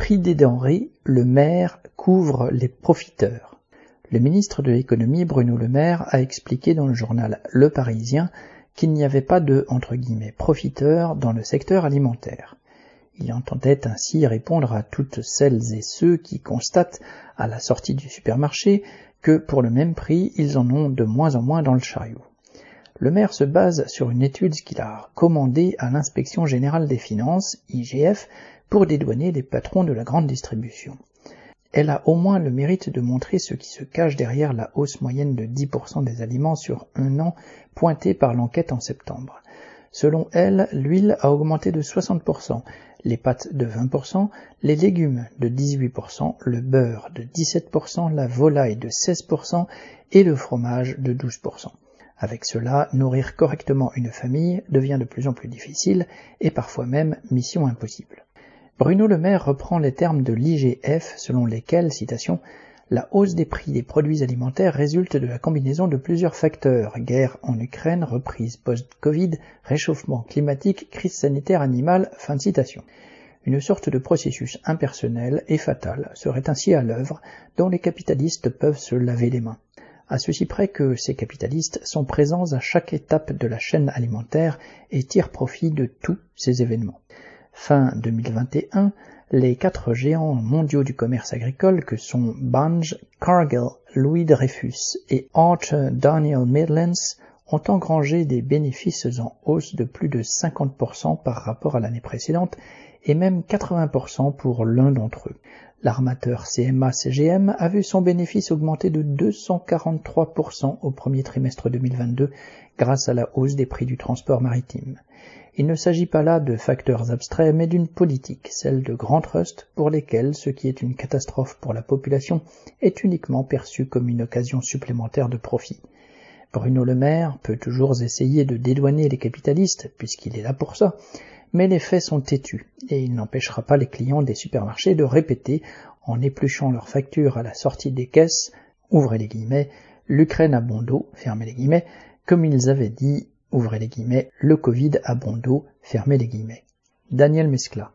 prix des denrées, le maire couvre les profiteurs. Le ministre de l'économie Bruno Le Maire a expliqué dans le journal Le Parisien qu'il n'y avait pas de « profiteurs » dans le secteur alimentaire. Il entendait ainsi répondre à toutes celles et ceux qui constatent, à la sortie du supermarché, que pour le même prix, ils en ont de moins en moins dans le chariot. Le maire se base sur une étude qu'il a commandée à l'Inspection générale des finances, IGF, pour dédouaner les patrons de la grande distribution. Elle a au moins le mérite de montrer ce qui se cache derrière la hausse moyenne de 10% des aliments sur un an pointée par l'enquête en septembre. Selon elle, l'huile a augmenté de 60%, les pâtes de 20%, les légumes de 18%, le beurre de 17%, la volaille de 16% et le fromage de 12%. Avec cela, nourrir correctement une famille devient de plus en plus difficile et parfois même mission impossible. Bruno Le Maire reprend les termes de l'IGF selon lesquels, citation, « la hausse des prix des produits alimentaires résulte de la combinaison de plusieurs facteurs, guerre en Ukraine, reprise post-Covid, réchauffement climatique, crise sanitaire animale », fin de citation. Une sorte de processus impersonnel et fatal serait ainsi à l'œuvre dont les capitalistes peuvent se laver les mains. À ceci près que ces capitalistes sont présents à chaque étape de la chaîne alimentaire et tirent profit de tous ces événements. Fin 2021, les 4 géants mondiaux du commerce agricole que sont Bunge, Cargill, Louis Dreyfus et Arthur Daniel Midlands ont engrangé des bénéfices en hausse de plus de 50% par rapport à l'année précédente et même 80% pour l'un d'entre eux. L'armateur CMA-CGM a vu son bénéfice augmenter de 243% au premier trimestre 2022 grâce à la hausse des prix du transport maritime. Il ne s'agit pas là de facteurs abstraits, mais d'une politique, celle de grands trusts pour lesquels ce qui est une catastrophe pour la population est uniquement perçu comme une occasion supplémentaire de profit. Bruno Le Maire peut toujours essayer de dédouaner les capitalistes, puisqu'il est là pour ça, mais les faits sont têtus, et il n'empêchera pas les clients des supermarchés de répéter, en épluchant leurs factures à la sortie des caisses, ouvrez les guillemets, l'Ukraine a bon dos, fermez les guillemets, comme ils avaient dit, ouvrez les guillemets, le Covid a bon dos, fermez les guillemets. Daniel Mescla.